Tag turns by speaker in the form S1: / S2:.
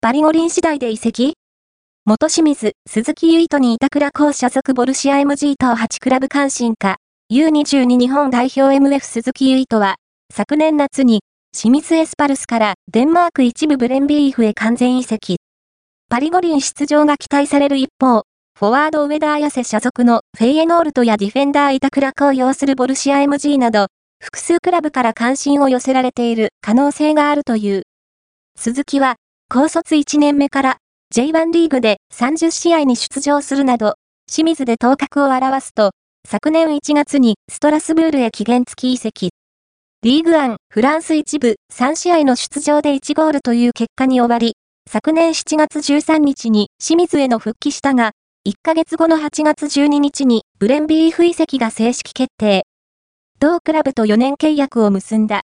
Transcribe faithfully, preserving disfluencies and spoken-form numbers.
S1: パリ五輪次第で移籍？元清水、鈴木唯人に板倉滉所属ボルシア エムジー 等はちクラブ関心か、ユーにじゅうに 日本代表 エムエフ 鈴木唯人は、昨年夏に、清水エスパルスからデンマーク一部ブレンビーフへ完全移籍。パリ五輪出場が期待される一方、フォワード上田綺世所属のフェイエノールトやディフェンダー板倉滉を擁するボルシア エムジー など、複数クラブから関心を寄せられている可能性があるという。鈴木は、高卒いちねんめから ジェイワン リーグでさんじゅっしあいに出場するなど、清水で頭角を現すと、昨年いちがつにストラスブールへ期限付き移籍。リーグワン、フランス一部さんしあいの出場でいちゴールという結果に終わり、昨年しちがつじゅうさんにちに清水への復帰したが、いっかげつごのはちがつじゅうににちにブレンビーフ移籍が正式決定。同クラブとよねん契約を結んだ。